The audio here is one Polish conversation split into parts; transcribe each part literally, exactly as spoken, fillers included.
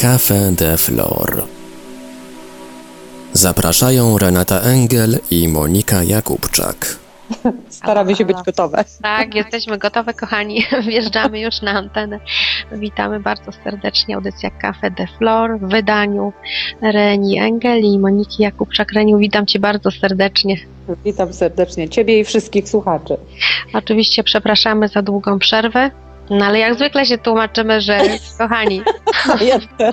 Café de Flor. Zapraszają Renata Engel i Monika Jakubczak. Staramy się być gotowe. Tak, jesteśmy gotowe, kochani. Wjeżdżamy już na antenę. Witamy bardzo serdecznie. Audycja Café de Flor w wydaniu Reni Engel i Moniki Jakubczak. Reniu, witam Cię bardzo serdecznie. Witam serdecznie Ciebie i wszystkich słuchaczy. Oczywiście przepraszamy za długą przerwę, no ale jak zwykle się tłumaczymy, że kochani, Zajęte.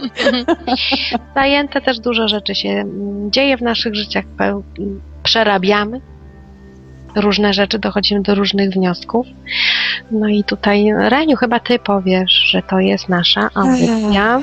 zajęte też dużo rzeczy się dzieje w naszych życiach, przerabiamy różne rzeczy, dochodzimy do różnych wniosków. No i tutaj, Reniu, chyba Ty powiesz, że to jest nasza audycja.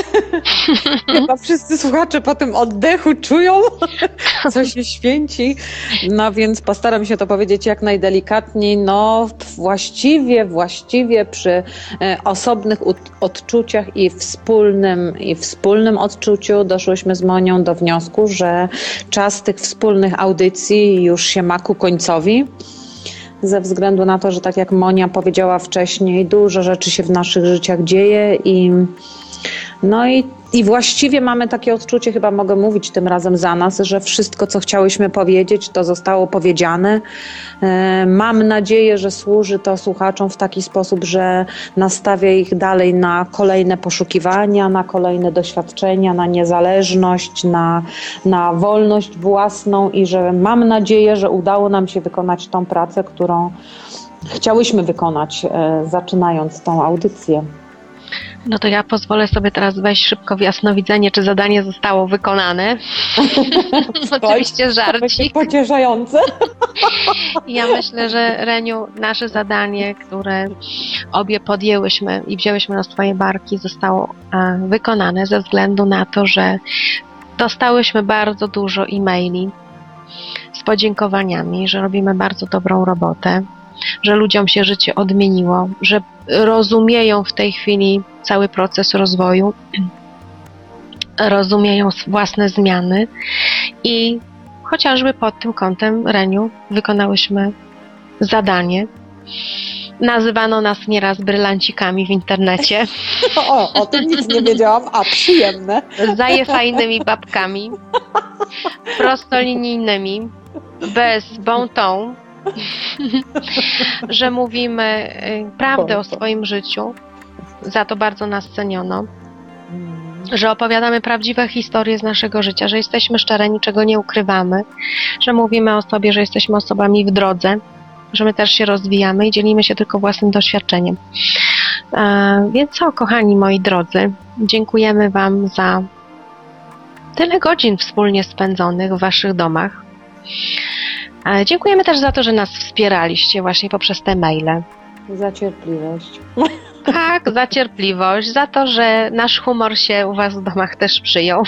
Chyba wszyscy słuchacze po tym oddechu czują, co się święci. No więc postaram się to powiedzieć jak najdelikatniej. No właściwie, właściwie przy e, osobnych u- odczuciach i wspólnym, i wspólnym odczuciu doszłyśmy z Monią do wniosku, że czas tych wspólnych audycji już się ma ku końcowi. Ze względu na to, że tak jak Monia powiedziała wcześniej, dużo rzeczy się w naszych życiach dzieje i no i, i właściwie mamy takie odczucie, chyba mogę mówić tym razem za nas, że wszystko, co chciałyśmy powiedzieć, to zostało powiedziane. E, mam nadzieję, że służy to słuchaczom w taki sposób, że nastawia ich dalej na kolejne poszukiwania, na kolejne doświadczenia, na niezależność, na, na wolność własną i że mam nadzieję, że udało nam się wykonać tą pracę, którą chciałyśmy wykonać, e, zaczynając tą audycję. No to ja pozwolę sobie teraz wejść szybko w jasnowidzenie, czy zadanie zostało wykonane. Oczywiście żarcik. Pocieszające. Ja myślę, że Reniu, nasze zadanie, które obie podjęłyśmy i wzięłyśmy na swoje barki, zostało e, wykonane ze względu na to, że dostałyśmy bardzo dużo e-maili z podziękowaniami, że robimy bardzo dobrą robotę, że ludziom się życie odmieniło, że rozumieją w tej chwili cały proces rozwoju, rozumieją własne zmiany i chociażby pod tym kątem, Reniu, wykonałyśmy zadanie. Nazywano nas nieraz brylancikami w internecie. O, o tym nic nie wiedziałam, a przyjemne. Zajefajnymi babkami, prostolinijnymi, bez bon ton, że mówimy prawdę o swoim życiu, za to bardzo nas ceniono, że opowiadamy prawdziwe historie z naszego życia, że jesteśmy szczere, niczego nie ukrywamy, że mówimy o sobie, że jesteśmy osobami w drodze, że my też się rozwijamy i dzielimy się tylko własnym doświadczeniem. E, więc co, kochani moi drodzy, dziękujemy Wam za tyle godzin wspólnie spędzonych w Waszych domach. E, dziękujemy też za to, że nas wspieraliście właśnie poprzez te maile. Za cierpliwość. Tak, za cierpliwość, za to, że nasz humor się u Was w domach też przyjął.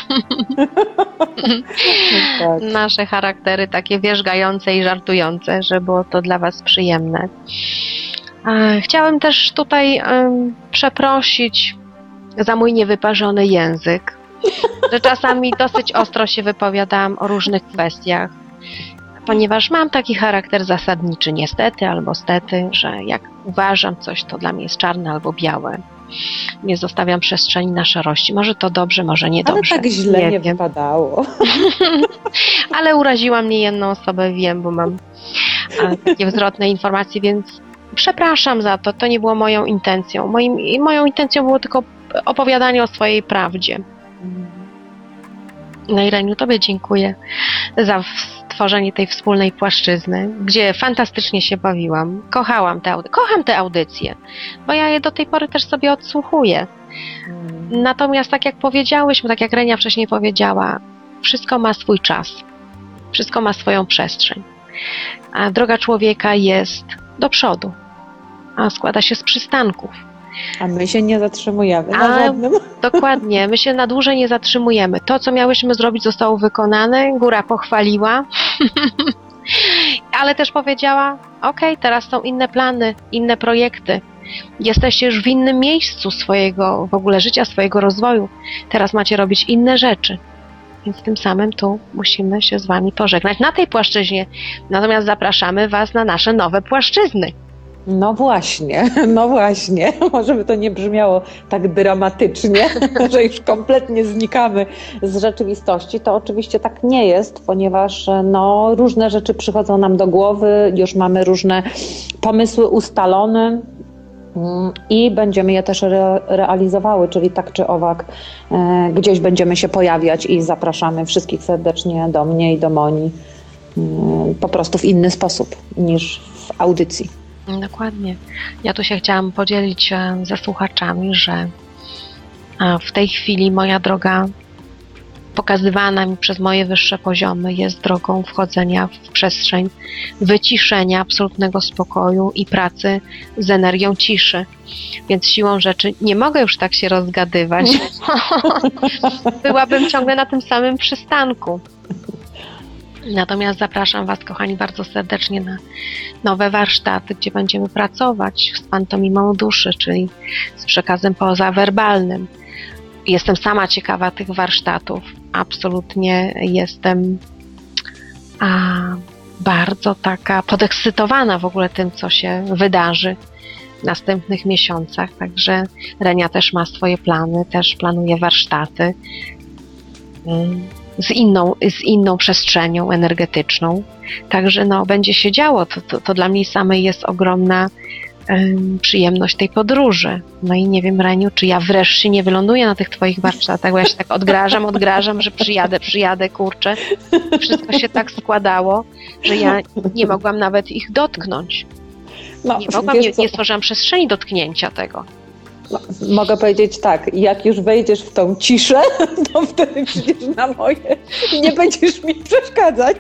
Tak. Nasze charaktery takie wierzgające i żartujące, że było to dla Was przyjemne. E, Chciałem też tutaj em, przeprosić za mój niewyparzony język, że czasami dosyć ostro się wypowiadałam o różnych kwestiach, ponieważ mam taki charakter zasadniczy, niestety albo stety, że jak uważam coś, to dla mnie jest czarne albo białe. Nie zostawiam przestrzeni na szarości. Może to dobrze, może nie Ale dobrze. tak źle nie, nie wiem. wypadało. Ale uraziłam nie jedną osobę, wiem, bo mam a, takie zwrotne informacje, więc przepraszam za to. To nie było moją intencją. Moim, moją intencją było tylko opowiadanie o swojej prawdzie. No i Reniu, Tobie dziękuję za stworzenie tej wspólnej płaszczyzny, gdzie fantastycznie się bawiłam. Kochałam te audy- kocham te audycje, bo ja je do tej pory też sobie odsłuchuję. Natomiast tak jak powiedziałyśmy, tak jak Renia wcześniej powiedziała, wszystko ma swój czas. Wszystko ma swoją przestrzeń. A droga człowieka jest do przodu, a składa się z przystanków. A my się nie zatrzymujemy na A, żadnym. Dokładnie, my się na dłużej nie zatrzymujemy. To, co miałyśmy zrobić, zostało wykonane, góra pochwaliła, ale też powiedziała, okej, teraz są inne plany, inne projekty. Jesteście już w innym miejscu swojego w ogóle życia, swojego rozwoju. Teraz macie robić inne rzeczy. Więc tym samym tu musimy się z Wami pożegnać na tej płaszczyźnie. Natomiast zapraszamy Was na nasze nowe płaszczyzny. No właśnie, no właśnie. Może by to nie brzmiało tak dramatycznie, że już kompletnie znikamy z rzeczywistości. To oczywiście tak nie jest, ponieważ no, różne rzeczy przychodzą nam do głowy, już mamy różne pomysły ustalone i będziemy je też re- realizowały, czyli tak czy owak e, gdzieś będziemy się pojawiać i zapraszamy wszystkich serdecznie do mnie i do Moni e, po prostu w inny sposób niż w audycji. Dokładnie. Ja tu się chciałam podzielić e, ze słuchaczami, że e, w tej chwili moja droga pokazywana mi przez moje wyższe poziomy jest drogą wchodzenia w przestrzeń wyciszenia, absolutnego spokoju i pracy z energią ciszy. Więc siłą rzeczy nie mogę już tak się rozgadywać. Byłabym ciągle na tym samym przystanku. Natomiast zapraszam Was, kochani, bardzo serdecznie na nowe warsztaty, gdzie będziemy pracować z pantomimą duszy, czyli z przekazem pozawerbalnym. Jestem sama ciekawa tych warsztatów. Absolutnie jestem a, bardzo taka podekscytowana w ogóle tym, co się wydarzy w następnych miesiącach. Także Renia też ma swoje plany, też planuje warsztaty z inną, z inną przestrzenią energetyczną. Także no, będzie się działo. To, to, to dla mnie samej jest ogromna przyjemność tej podróży. No i nie wiem, Reniu, czy ja wreszcie nie wyląduję na tych Twoich warsztatach, bo ja się tak odgrażam, odgrażam, że przyjadę, przyjadę, kurczę. Wszystko się tak składało, że ja nie mogłam nawet ich dotknąć. No, nie mogłam, nie, nie stworzyłam przestrzeni dotknięcia tego. No, mogę powiedzieć tak, jak już wejdziesz w tą ciszę, to wtedy przyjdziesz na moje i nie będziesz mi przeszkadzać.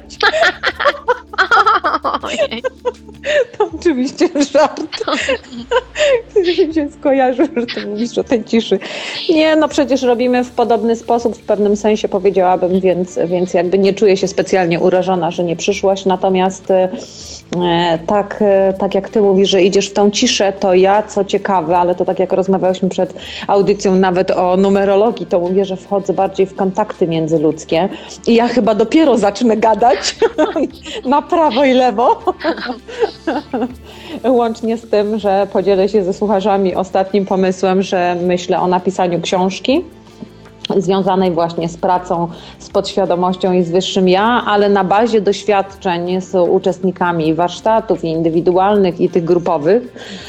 Ojej. To oczywiście żart. Mi się skojarzył, że to mówisz o tej ciszy. Nie, no przecież robimy w podobny sposób, w pewnym sensie powiedziałabym, więc, więc jakby nie czuję się specjalnie urażona, że nie przyszłaś. Natomiast e, tak, e, tak jak ty mówisz, że idziesz w tą ciszę, to ja, co ciekawe, ale to tak jak rozmawiałyśmy przed audycją nawet o numerologii, to mówię, że wchodzę bardziej w kontakty międzyludzkie i ja chyba dopiero zacznę gadać na prawo i lewo. Łącznie z tym, że podzielę się ze słuchaczami ostatnim pomysłem, że myślę o napisaniu książki związanej właśnie z pracą, z podświadomością i z wyższym ja, ale na bazie doświadczeń z uczestnikami warsztatów i indywidualnych i tych grupowych,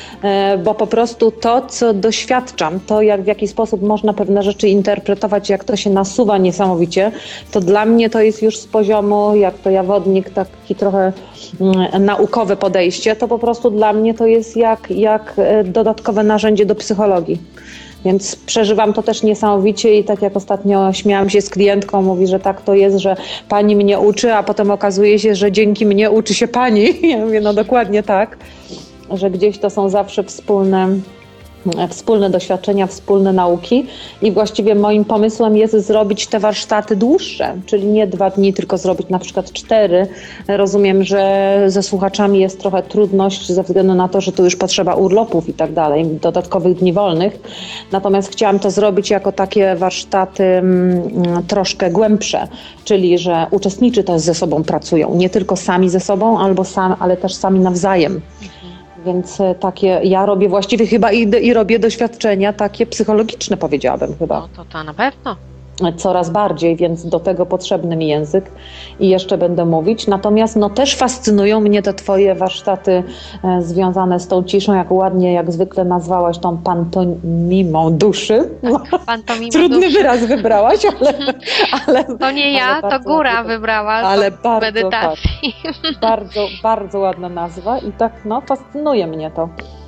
bo po prostu to, co doświadczam, to jak w jaki sposób można pewne rzeczy interpretować, jak to się nasuwa niesamowicie, to dla mnie to jest już z poziomu, jak to jawodnik, taki trochę naukowe podejście, to po prostu dla mnie to jest jak, jak dodatkowe narzędzie do psychologii. Więc przeżywam to też niesamowicie i tak jak ostatnio śmiałam się z klientką, mówi, że tak to jest, że pani mnie uczy, a potem okazuje się, że dzięki mnie uczy się pani. Ja mówię, no dokładnie tak, że gdzieś to są zawsze wspólne, wspólne doświadczenia, wspólne nauki i właściwie moim pomysłem jest zrobić te warsztaty dłuższe, czyli nie dwa dni, tylko zrobić na przykład cztery. Rozumiem, że ze słuchaczami jest trochę trudność ze względu na to, że tu już potrzeba urlopów i tak dalej, dodatkowych dni wolnych. Natomiast chciałam to zrobić jako takie warsztaty mm, troszkę głębsze, czyli że uczestnicy też ze sobą pracują, nie tylko sami ze sobą, albo sam, ale też sami nawzajem. Więc takie, ja robię właściwie chyba i, i robię doświadczenia takie psychologiczne, powiedziałabym chyba. No to to na pewno. Coraz bardziej, więc do tego potrzebny mi język i jeszcze będę mówić. Natomiast no, też fascynują mnie te twoje warsztaty e, związane z tą ciszą, jak ładnie, jak zwykle nazwałaś tą pantomimą duszy. Tak, pantomima Trudny duszy. wyraz wybrałaś, ale... ale to nie ja, to góra ładnie, wybrała ale do bardzo, medytacji. Tak, bardzo, bardzo ładna nazwa i tak no fascynuje mnie to.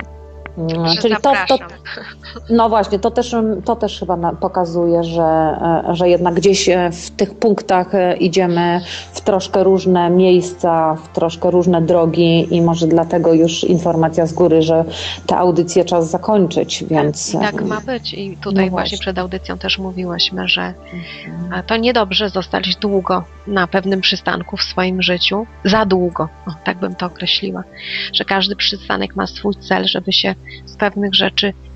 Także Czyli to, to, no właśnie, to też, to też chyba pokazuje, że, że jednak gdzieś w tych punktach idziemy w troszkę różne miejsca, w troszkę różne drogi i może dlatego już informacja z góry, że te audycje czas zakończyć, więc... I tak ma być i tutaj no właśnie. właśnie przed audycją też mówiłyśmy, że mhm. to niedobrze zostać długo na pewnym przystanku w swoim życiu, za długo, o, tak bym to określiła, że każdy przystanek ma swój cel, żeby się z pewnych rzeczy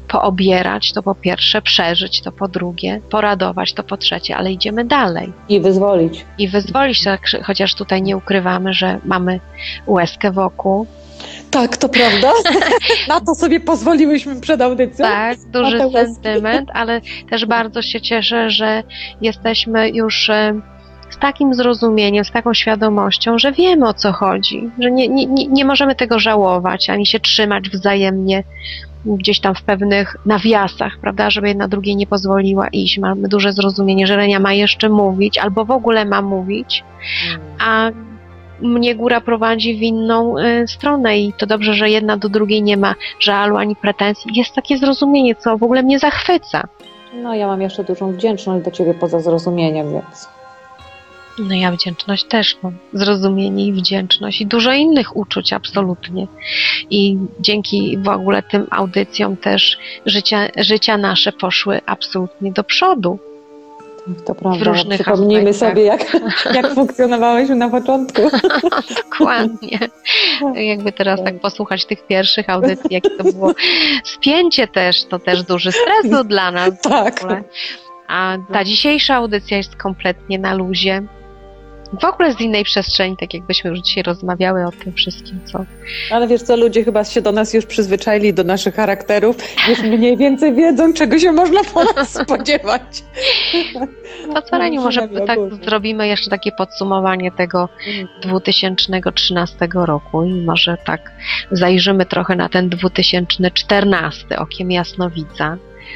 poobierać, to po pierwsze, przeżyć, to po drugie, poradować, to po trzecie, ale idziemy dalej. I wyzwolić. I wyzwolić, tak, chociaż tutaj nie ukrywamy, że mamy łezkę wokół. Tak, to prawda. Na to sobie pozwoliłyśmy przed audycją. Tak, duży sentyment, ale też bardzo się cieszę, że jesteśmy już z takim zrozumieniem, z taką świadomością, że wiemy, o co chodzi, że nie, nie, nie możemy tego żałować, ani się trzymać wzajemnie gdzieś tam w pewnych nawiasach, prawda, żeby jedna drugiej nie pozwoliła iść. Mamy duże zrozumienie, że Renia ma jeszcze mówić, albo w ogóle ma mówić, a mnie góra prowadzi w inną y, stronę i to dobrze, że jedna do drugiej nie ma żalu ani pretensji. Jest takie zrozumienie, co w ogóle mnie zachwyca. No ja mam jeszcze dużą wdzięczność do Ciebie poza zrozumieniem, więc... No ja wdzięczność też mam. Zrozumienie i wdzięczność i dużo innych uczuć absolutnie. I dzięki w ogóle tym audycjom też życia, życia nasze poszły absolutnie do przodu. To prawda. W różnych Przypomnijmy aspektach. sobie, jak, jak funkcjonowałyśmy na początku. Dokładnie. Jakby teraz tak posłuchać tych pierwszych audycji, jakie to było spięcie też, to też duży stres był dla nas. Tak. W ogóle. A ta dzisiejsza audycja jest kompletnie na luzie. W ogóle z innej przestrzeni, tak jakbyśmy już dzisiaj rozmawiały o tym wszystkim, co... Ale wiesz co, ludzie chyba się do nas już przyzwyczaili, do naszych charakterów, już mniej więcej wiedzą, czego się można po nas spodziewać. To co, Reniu, może tak zrobimy jeszcze takie podsumowanie tego dwa tysiące trzynastego roku i może tak zajrzymy trochę na ten dwa tysiące czternasty okiem jasnowidza.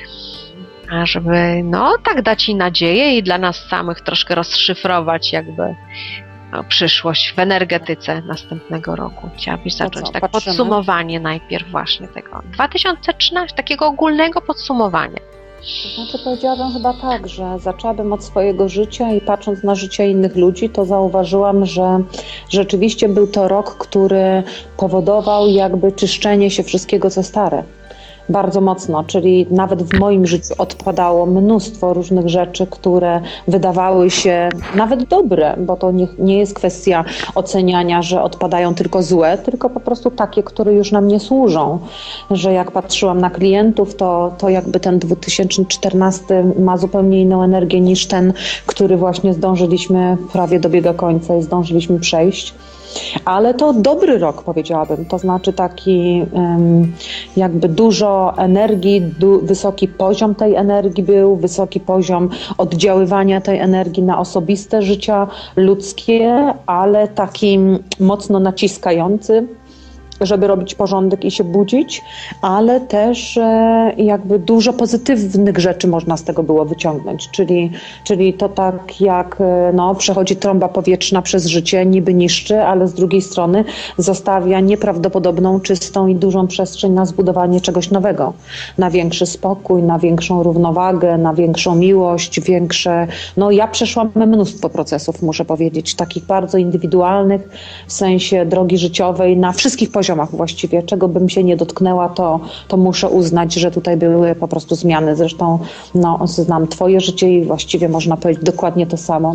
A żeby, no, tak dać Ci nadzieję i dla nas samych troszkę rozszyfrować jakby no, przyszłość w energetyce następnego roku. Chciałabyś zacząć co, tak patrzymy? podsumowanie najpierw właśnie tego dwa tysiące trzynastego, takiego ogólnego podsumowania. To znaczy powiedziałabym chyba tak, że zaczęłabym od swojego życia i patrząc na życie innych ludzi, to zauważyłam, że rzeczywiście był to rok, który powodował jakby czyszczenie się wszystkiego, co stare. Bardzo mocno, czyli nawet w moim życiu odpadało mnóstwo różnych rzeczy, które wydawały się nawet dobre, bo to nie, nie jest kwestia oceniania, że odpadają tylko złe, tylko po prostu takie, które już nam nie służą. Że jak patrzyłam na klientów, to, to jakby ten dwa tysiące czternasty ma zupełnie inną energię niż ten, który właśnie zdążyliśmy, prawie dobiega końca i zdążyliśmy przejść. Ale to dobry rok, powiedziałabym, to znaczy taki um, jakby dużo energii, du, wysoki poziom tej energii był, wysoki poziom oddziaływania tej energii na osobiste życia ludzkie, ale taki mocno naciskający, żeby robić porządek i się budzić, ale też e, jakby dużo pozytywnych rzeczy można z tego było wyciągnąć, czyli, czyli to tak jak e, no, przechodzi trąba powietrzna przez życie, niby niszczy, ale z drugiej strony zostawia nieprawdopodobną, czystą i dużą przestrzeń na zbudowanie czegoś nowego, na większy spokój, na większą równowagę, na większą miłość, większe, no ja przeszłam mnóstwo procesów, muszę powiedzieć, takich bardzo indywidualnych, w sensie drogi życiowej, na wszystkich poziomach właściwie, czego bym się nie dotknęła, to, to muszę uznać, że tutaj były po prostu zmiany. Zresztą no, znam Twoje życie i właściwie można powiedzieć dokładnie to samo.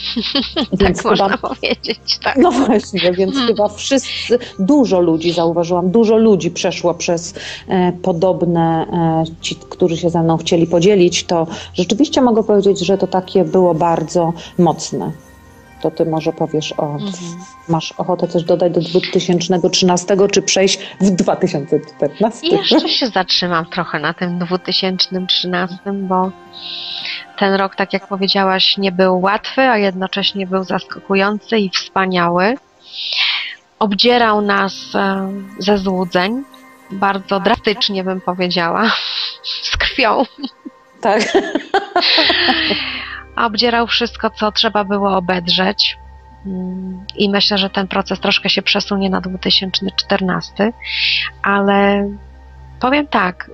Więc tak chyba, można powiedzieć, tak. No właśnie, więc hmm. chyba wszyscy, dużo ludzi zauważyłam, dużo ludzi przeszło przez e, podobne, e, ci, którzy się ze mną chcieli podzielić, to rzeczywiście mogę powiedzieć, że to takie było bardzo mocne. To ty może powiesz o, mhm. masz ochotę coś dodać do dwa tysiące trzynastego, czy przejść w dwa tysiące czternastym? Jeszcze się zatrzymam trochę na tym dwa tysiące trzynastym, bo ten rok, tak jak powiedziałaś, nie był łatwy, a jednocześnie był zaskakujący i wspaniały. Obdzierał nas ze złudzeń, bardzo drastycznie bym powiedziała, z krwią. Tak. A obdzierał wszystko, co trzeba było obedrzeć. I myślę, że ten proces troszkę się przesunie na dwa tysiące czternasty, ale powiem tak,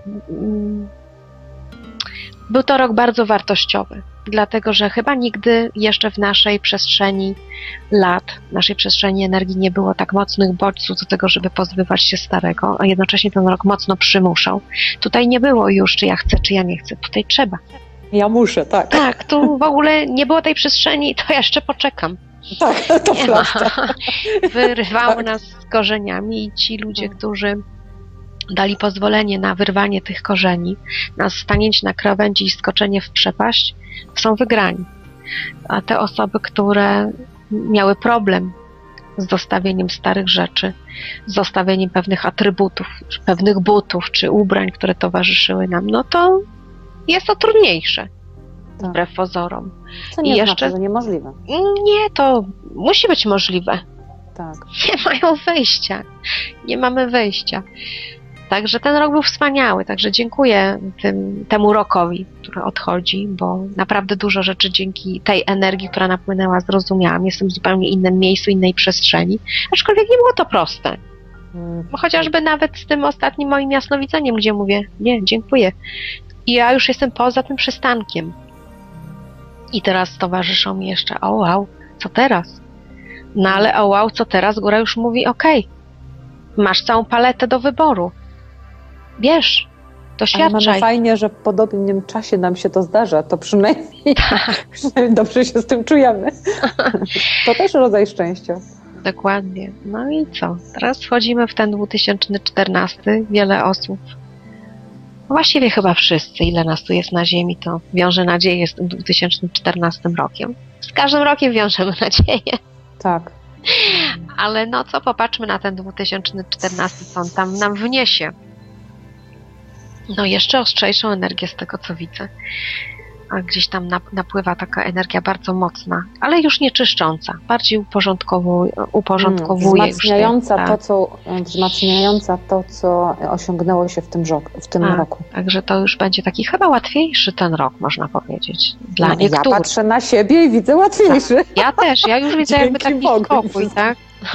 był to rok bardzo wartościowy, dlatego że chyba nigdy jeszcze w naszej przestrzeni lat, w naszej przestrzeni energii nie było tak mocnych bodźców do tego, żeby pozbywać się starego, a jednocześnie ten rok mocno przymuszał. Tutaj nie było już, czy ja chcę, czy ja nie chcę, tutaj trzeba. Ja muszę, tak. Tak, tu w ogóle nie było tej przestrzeni, to ja jeszcze poczekam. Tak, to nie prawda. Wyrywały tak. nas z korzeniami i ci ludzie, którzy dali pozwolenie na wyrwanie tych korzeni, na stanięcie na krawędzi i skoczenie w przepaść, są wygrani. A te osoby, które miały problem z zostawieniem starych rzeczy, z zostawieniem pewnych atrybutów, pewnych butów czy ubrań, które towarzyszyły nam, no to jest to trudniejsze, Tak. wbrew pozorom. Co nie I znaczy, jeszcze- że niemożliwe. Nie, to musi być możliwe. Tak. Nie mają wyjścia. Nie mamy wyjścia. Także ten rok był wspaniały, także dziękuję tym, temu rokowi, który odchodzi, bo naprawdę dużo rzeczy dzięki tej energii, która napłynęła, zrozumiałam. Jestem w zupełnie innym miejscu, innej przestrzeni, aczkolwiek nie było to proste. Mm. Bo chociażby nawet z tym ostatnim moim jasnowidzeniem, gdzie mówię, nie, dziękuję. I ja już jestem poza tym przystankiem. I teraz towarzyszą mi jeszcze, o wow, co teraz? No ale o wow, co teraz? Góra już mówi, okej, masz całą paletę do wyboru. Bierz, Ale doświadczaj. mamy fajnie, że w podobnym czasie nam się to zdarza, to przynajmniej, przynajmniej dobrze się z tym czujemy. To też rodzaj szczęścia. Dokładnie. No i co? Teraz wchodzimy w ten dwa tysiące czternasty. Wiele osób, właściwie chyba wszyscy, ile nas tu jest na ziemi, to wiąże nadzieję z tym dwa tysiące czternastym rokiem. Z każdym rokiem wiążemy nadzieję. Tak. Ale no co, popatrzmy na ten dwa tysiące czternasty, co on tam nam wniesie. No jeszcze ostrzejszą energię z tego, co widzę. A gdzieś tam nap- napływa taka energia bardzo mocna, ale już nie czyszcząca, bardziej uporządkowu- uporządkowuje. Mm, już wzmacniająca, te- to, co, wzmacniająca to, co osiągnęło się w tym, żok, w tym Tak. roku. Także to już będzie taki chyba łatwiejszy ten rok, można powiedzieć. Dla No, ja niektórych. patrzę na siebie i widzę łatwiejszy. Ja też, ja już widzę jakby Dzięki taki Bogu. spokój, tak?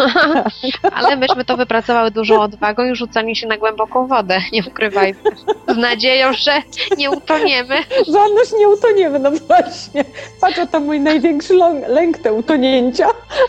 Ale myśmy to wypracowały dużą odwagą i rzucanie się na głęboką wodę, nie ukrywajmy. Z nadzieją, że nie utoniemy. Żadność nie utoniemy, no właśnie. Patrz, to mój największy lą- lęk, te utonięcia.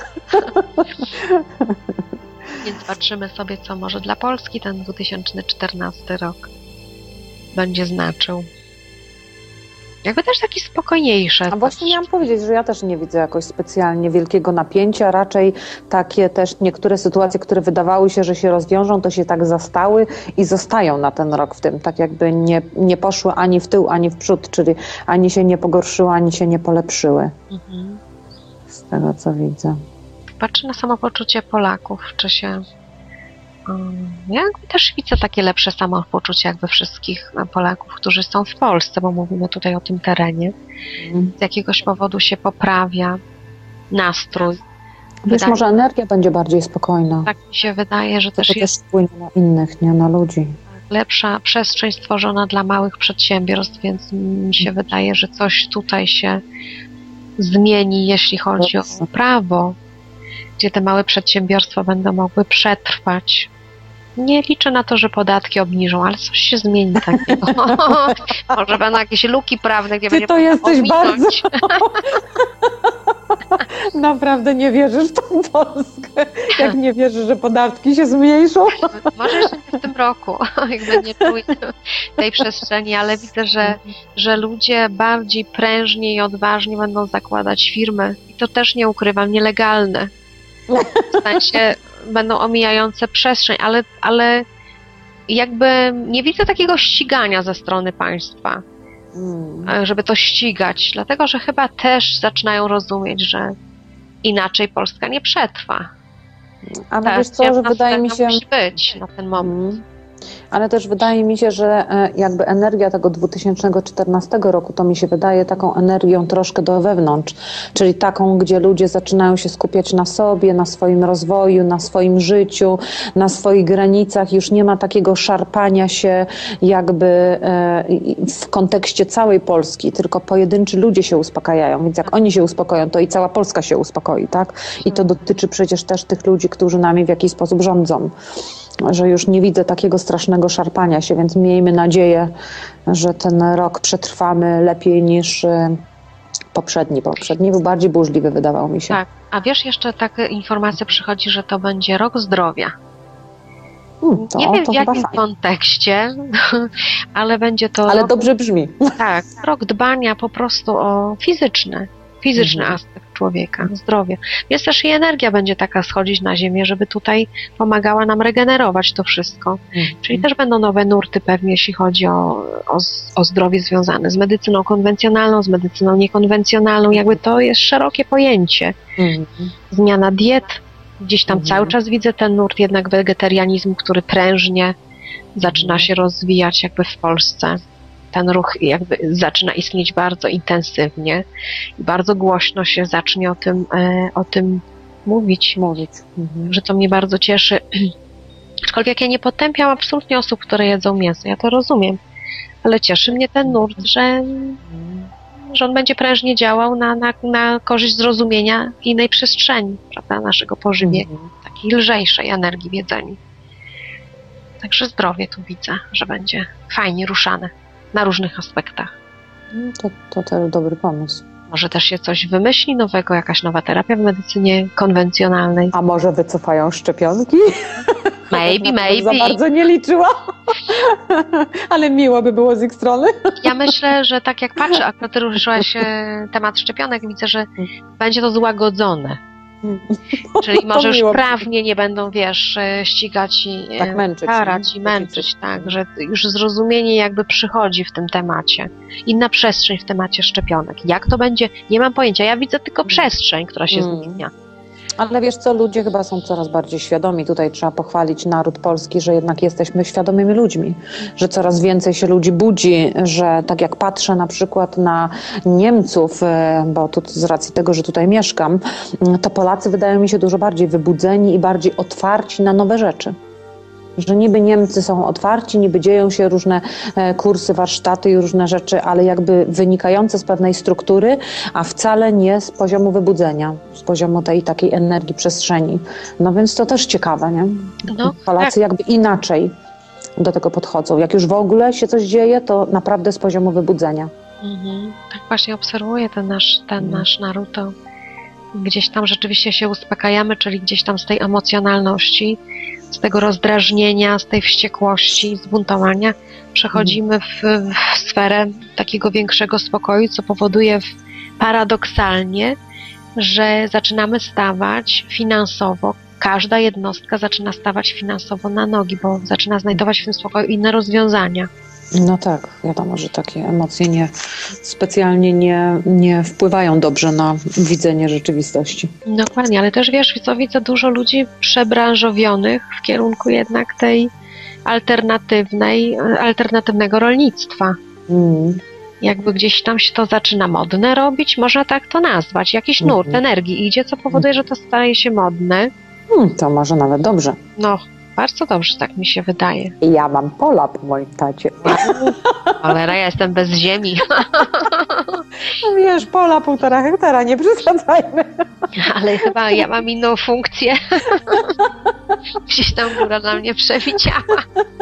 Więc patrzymy sobie, co może dla Polski ten dwa tysiące czternasty rok będzie znaczył. Jakby też taki spokojniejszy. A właśnie miałam powiedzieć, że ja też nie widzę jakoś specjalnie wielkiego napięcia, raczej takie też niektóre sytuacje, które wydawały się, że się rozwiążą, to się tak zastały i zostają na ten rok w tym, tak jakby nie, nie poszły ani w tył, ani w przód, czyli ani się nie pogorszyły, ani się nie polepszyły, Mhm. z tego co widzę. Patrzę na samopoczucie Polaków, czy się... Um, ja jakby też widzę takie lepsze samopoczucie jakby wszystkich Polaków, którzy są w Polsce, bo mówimy tutaj o tym terenie. Z jakiegoś powodu się poprawia nastrój. Wiesz, Wydaje- może energia będzie bardziej spokojna. Tak mi się wydaje, że To też też jest wpłynie na innych, nie na ludzi. lepsza przestrzeń stworzona dla małych przedsiębiorstw, więc mi się wydaje, że coś tutaj się zmieni, jeśli chodzi o Dobrze. prawo, gdzie te małe przedsiębiorstwa będą mogły przetrwać. Nie liczę na to, że podatki obniżą, ale coś się zmieni takiego. Może będą jakieś luki prawne, gdzie Ty będzie to można jesteś ominąć. Naprawdę nie wierzysz w tą Polskę, jak nie wierzysz, że podatki się zmniejszą. Może jeszcze nie w tym roku, jakby nie czuję tej przestrzeni, ale widzę, że, że ludzie bardziej prężnie i odważnie będą zakładać firmy. I to też nie ukrywam, nielegalne. W sensie będą omijające przestrzeń, ale, ale jakby nie widzę takiego ścigania ze strony państwa, Mm. żeby to ścigać, dlatego że chyba też zaczynają rozumieć, że inaczej Polska nie przetrwa. A Ta wiesz co, że ciemna wydaje mi strona się... musi być na ten moment. Mm. Ale też wydaje mi się, że e, jakby energia tego dwa tysiące czternastego roku, to mi się wydaje taką energią troszkę do wewnątrz, czyli taką, gdzie ludzie zaczynają się skupiać na sobie, na swoim rozwoju, na swoim życiu, na swoich granicach. Już nie ma takiego szarpania się jakby e, w kontekście całej Polski, tylko pojedynczy ludzie się uspokajają, więc jak oni się uspokoją, to i cała Polska się uspokoi, tak? I to dotyczy przecież też tych ludzi, którzy nami w jakiś sposób rządzą. Że już nie widzę takiego strasznego szarpania się, więc miejmy nadzieję, że ten rok przetrwamy lepiej niż y, poprzedni. Poprzedni był bardziej burzliwy, wydawało mi się. Tak, a wiesz, jeszcze taka informacja przychodzi, że to będzie rok zdrowia. Hmm, to, Nie wiem to w chyba jakim fajnie. kontekście, ale będzie to Ale rok, dobrze brzmi. tak, rok dbania po prostu o fizyczny, fizyczny Mhm. aspekt. człowieka, zdrowie. Jest też i energia będzie taka schodzić na ziemię, żeby tutaj pomagała nam regenerować to wszystko. Mm. Czyli też będą nowe nurty pewnie, jeśli chodzi o, o, o zdrowie związane z medycyną konwencjonalną, z medycyną niekonwencjonalną. Jakby to jest szerokie pojęcie. Mm. Zmiana diet. Gdzieś tam mm. cały czas widzę ten nurt jednak wegetarianizmu, który prężnie zaczyna się rozwijać jakby w Polsce. Ten ruch jakby zaczyna istnieć bardzo intensywnie i bardzo głośno się zacznie o tym, e, o tym mówić, mówić. Mhm. Że to mnie bardzo cieszy. Aczkolwiek ja nie potępiam absolutnie osób, które jedzą mięso, ja to rozumiem, ale cieszy mnie ten nurt, że, że on będzie prężnie działał na, na, na korzyść zrozumienia innej przestrzeni, prawda, naszego pożywienia, mhm. takiej lżejszej energii w jedzeniu. Także zdrowie tu widzę, że będzie fajnie ruszane. Na różnych aspektach. To, to też dobry pomysł. Może też się coś wymyśli nowego, jakaś nowa terapia w medycynie konwencjonalnej. A może wycofają szczepionki? Maybe, maybe. Za bardzo nie liczyła. Ale miło by było z ich strony. Ja myślę, że tak jak patrzę, akurat ty ruszyłaś temat szczepionek, widzę, że będzie to złagodzone. Czyli może już prawnie nie będą, wiesz, ścigać i tak męczyć, karać i męczyć, tak, że już zrozumienie jakby przychodzi w tym temacie. Inna przestrzeń w temacie szczepionek. Jak to będzie? Nie mam pojęcia. Ja widzę tylko przestrzeń, która się hmm. zmienia. Ale wiesz co, ludzie chyba są coraz bardziej świadomi. Tutaj trzeba pochwalić naród polski, że jednak jesteśmy świadomymi ludźmi, że coraz więcej się ludzi budzi, że tak jak patrzę na przykład na Niemców, bo tu z racji tego, że tutaj mieszkam, to Polacy wydają mi się dużo bardziej wybudzeni i bardziej otwarci na nowe rzeczy. Że niby Niemcy są otwarci, niby dzieją się różne kursy, warsztaty i różne rzeczy, ale jakby wynikające z pewnej struktury, a wcale nie z poziomu wybudzenia, z poziomu tej takiej energii przestrzeni. No więc to też ciekawe, nie? No, Polacy tak. jakby inaczej do tego podchodzą. Jak już w ogóle się coś dzieje, to naprawdę z poziomu wybudzenia. Mhm. Tak właśnie obserwuję ten nasz, ten mhm. nasz naród. To gdzieś tam rzeczywiście się uspokajamy, czyli gdzieś tam z tej emocjonalności, z tego rozdrażnienia, z tej wściekłości, zbuntowania przechodzimy w, w sferę takiego większego spokoju, co powoduje w, paradoksalnie, że zaczynamy stawać finansowo, każda jednostka zaczyna stawać finansowo na nogi, bo zaczyna znajdować w tym spokoju inne rozwiązania. No tak, wiadomo, że takie emocje nie, specjalnie nie, nie wpływają dobrze na widzenie rzeczywistości. Dokładnie, ale też wiesz, co widzę, dużo ludzi przebranżowionych w kierunku jednak tej alternatywnej, alternatywnego rolnictwa. Mm. Jakby gdzieś tam się to zaczyna modne robić, można tak to nazwać, jakiś nurt mm. energii idzie, co powoduje, że to staje się modne. Mm, to może nawet dobrze. No. Bardzo dobrze, tak mi się wydaje. Ja mam pola po moim tacie. Cholera, ja jestem bez ziemi. No wiesz, pola półtora hektara, nie przesadzajmy. Ale chyba ja mam inną funkcję. Gdzieś tam góra na mnie przewidziała.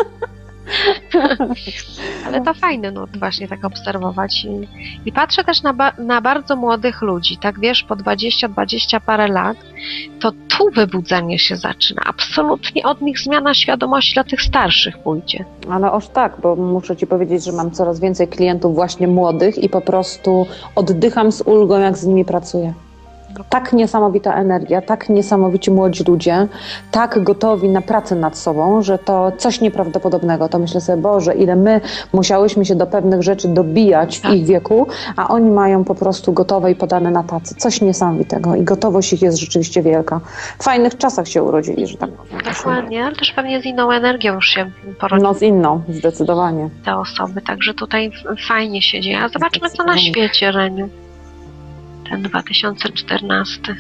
Ale to fajne, no właśnie tak obserwować. I, i patrzę też na, ba, na bardzo młodych ludzi, tak wiesz, po dwadzieścia, dwadzieścia parę lat, to tu wybudzenie się zaczyna. Absolutnie od nich zmiana świadomości dla tych starszych pójdzie. Ale oż tak, bo muszę ci powiedzieć, że mam coraz więcej klientów właśnie młodych i po prostu oddycham z ulgą, jak z nimi pracuję. Tak niesamowita energia, tak niesamowici młodzi ludzie, tak gotowi na pracę nad sobą, że to coś nieprawdopodobnego. To myślę sobie, Boże, ile my musiałyśmy się do pewnych rzeczy dobijać w tak. ich wieku, a oni mają po prostu gotowe i podane na tacy. Coś niesamowitego i gotowość ich jest rzeczywiście wielka. W fajnych czasach się urodzili, że tak powiem. Dokładnie, ale też pewnie z inną energią już się porodzili. No z inną, zdecydowanie. Te osoby, także tutaj fajnie się dzieje. A zobaczmy, co na świecie, Reniu. Ten dwa tysiące czternasty.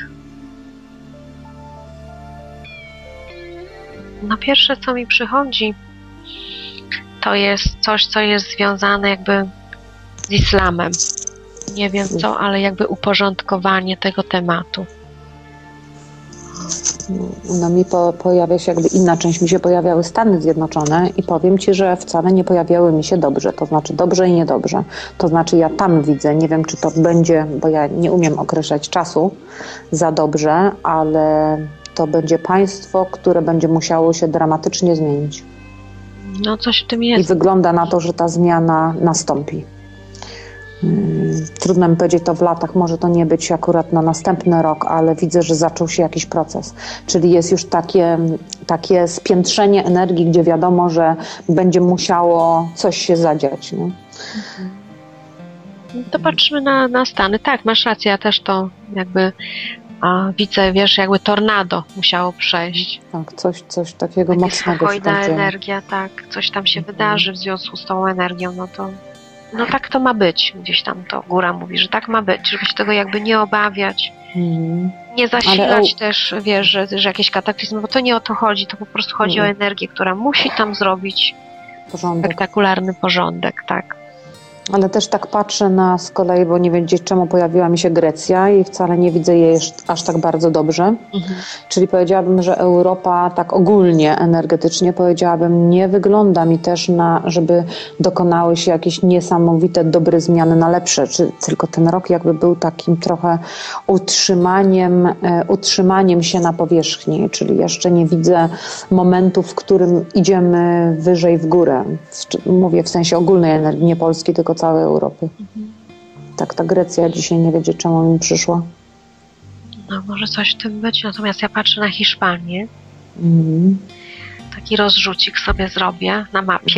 No pierwsze, co mi przychodzi, to jest coś, co jest związane jakby z islamem. Nie wiem co, ale jakby uporządkowanie tego tematu. No mi po, pojawia się jakby inna część, mi się pojawiały Stany Zjednoczone i powiem Ci, że wcale nie pojawiały mi się dobrze, to znaczy dobrze i niedobrze. To znaczy ja tam widzę, nie wiem czy to będzie, bo ja nie umiem określać czasu za dobrze, ale to będzie państwo, które będzie musiało się dramatycznie zmienić. No coś w tym jest. I wygląda na to, że ta zmiana nastąpi. Trudno mi powiedzieć to w latach, może to nie być akurat na następny rok, ale widzę, że zaczął się jakiś proces. Czyli jest już takie, takie spiętrzenie energii, gdzie wiadomo, że będzie musiało coś się zadziać. Nie? To patrzymy na, na Stany. Tak, masz rację, ja też to jakby a, widzę, wiesz, jakby tornado musiało przejść. Tak, coś, coś takiego Takie mocnego się spokojna tam dzieje. energia, tak, coś tam się Mhm. wydarzy w związku z tą energią, no to no tak to ma być. Gdzieś tam to góra mówi, że tak ma być, żeby się tego jakby nie obawiać. Mhm. Nie zasilać Ale- też, wiesz, że, że jakieś kataklizmy, bo to nie o to chodzi, to po prostu chodzi Mhm. o energię, która musi tam zrobić Porządek. spektakularny porządek, tak. Ale też tak patrzę na z kolei, bo nie wiem gdzieś czemu pojawiła mi się Grecja i wcale nie widzę jej jeszcze aż tak bardzo dobrze. Mhm. Czyli powiedziałabym, że Europa tak ogólnie energetycznie powiedziałabym nie wygląda mi też na, żeby dokonały się jakieś niesamowite dobre zmiany na lepsze. Czy tylko ten rok jakby był takim trochę utrzymaniem, e, utrzymaniem się na powierzchni, czyli jeszcze nie widzę momentu, w którym idziemy wyżej w górę. W, mówię w sensie ogólnej energii, nie Polski, tylko całej Europy. Mhm. Tak, ta Grecja dzisiaj nie wiedzie, czemu mi przyszła. No może coś w tym być, natomiast ja patrzę na Hiszpanię, Mhm. taki rozrzucik sobie zrobię na mapie,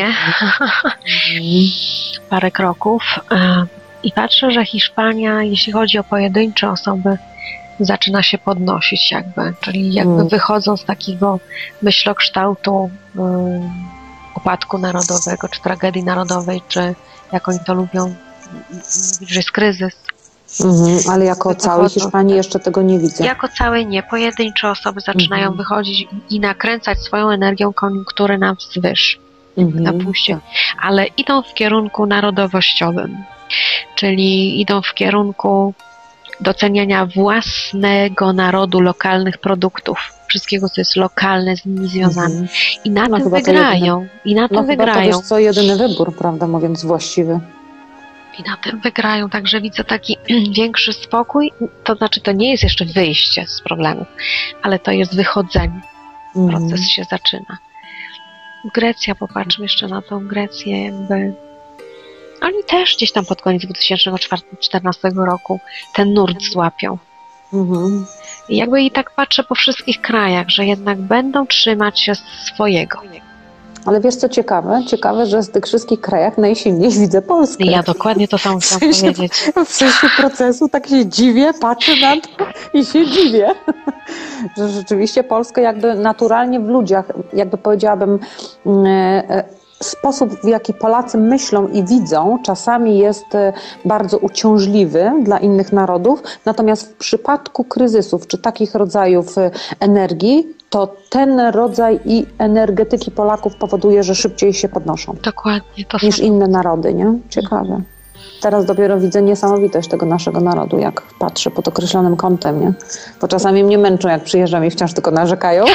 Mhm. parę kroków e, i patrzę, że Hiszpania, jeśli chodzi o pojedyncze osoby, zaczyna się podnosić jakby, czyli jakby Mm. wychodzą z takiego myślokształtu um, upadku narodowego, czy tragedii narodowej, czy jak oni to lubią mówić, że jest kryzys. Mhm, ale jako Wychodzą, całej Hiszpanii tak. jeszcze tego nie widzę. Jako całe nie, pojedyncze osoby zaczynają Mhm. wychodzić i nakręcać swoją energią koniunkturę na wzwyż, Mhm, na pójście, tak. ale idą w kierunku narodowościowym, czyli idą w kierunku doceniania własnego narodu, lokalnych produktów, wszystkiego, co jest lokalne, z nimi związane. Mhm. I na No tym chyba to wygrają. I na No tym chyba to wygrają. wiesz co, jedyny wybór, prawda mówiąc właściwy. I na tym wygrają, także widzę taki większy spokój, to znaczy to nie jest jeszcze wyjście z problemów, ale to jest wychodzenie, Mhm. proces się zaczyna. Grecja, popatrzmy jeszcze na tą Grecję, jakby oni też gdzieś tam pod koniec dwa tysiące czternastego roku ten nurt złapią. Mhm. I jakby i tak patrzę po wszystkich krajach, że jednak będą trzymać się swojego. Ale wiesz co ciekawe? Ciekawe, że z tych wszystkich krajach najsilniej widzę Polskę. I ja dokładnie to samo W chciałam sensie- powiedzieć. W sensie procesu tak się dziwię, patrzę na to i się dziwię, że rzeczywiście Polska jakby naturalnie w ludziach, jakby powiedziałabym, e, e, sposób, w jaki Polacy myślą i widzą, czasami jest e, bardzo uciążliwy dla innych narodów, natomiast w przypadku kryzysów czy takich rodzajów e, energii, to ten rodzaj i energetyki Polaków powoduje, że szybciej się podnoszą Dokładnie to niż samo. inne narody, nie? Ciekawe. Teraz dopiero widzę niesamowitość tego naszego narodu, jak patrzę pod określonym kątem, nie? Bo czasami mnie męczą, jak przyjeżdżam i wciąż tylko narzekają.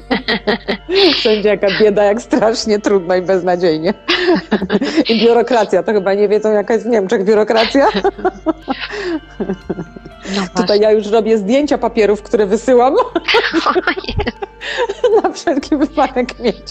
Wszędzie jaka bieda, jak strasznie trudno i beznadziejnie. I biurokracja, to chyba nie wiedzą, jaka jest w Niemczech biurokracja. No Tutaj właśnie. ja już robię zdjęcia papierów, które wysyłam, na wszelki wypadek mieć.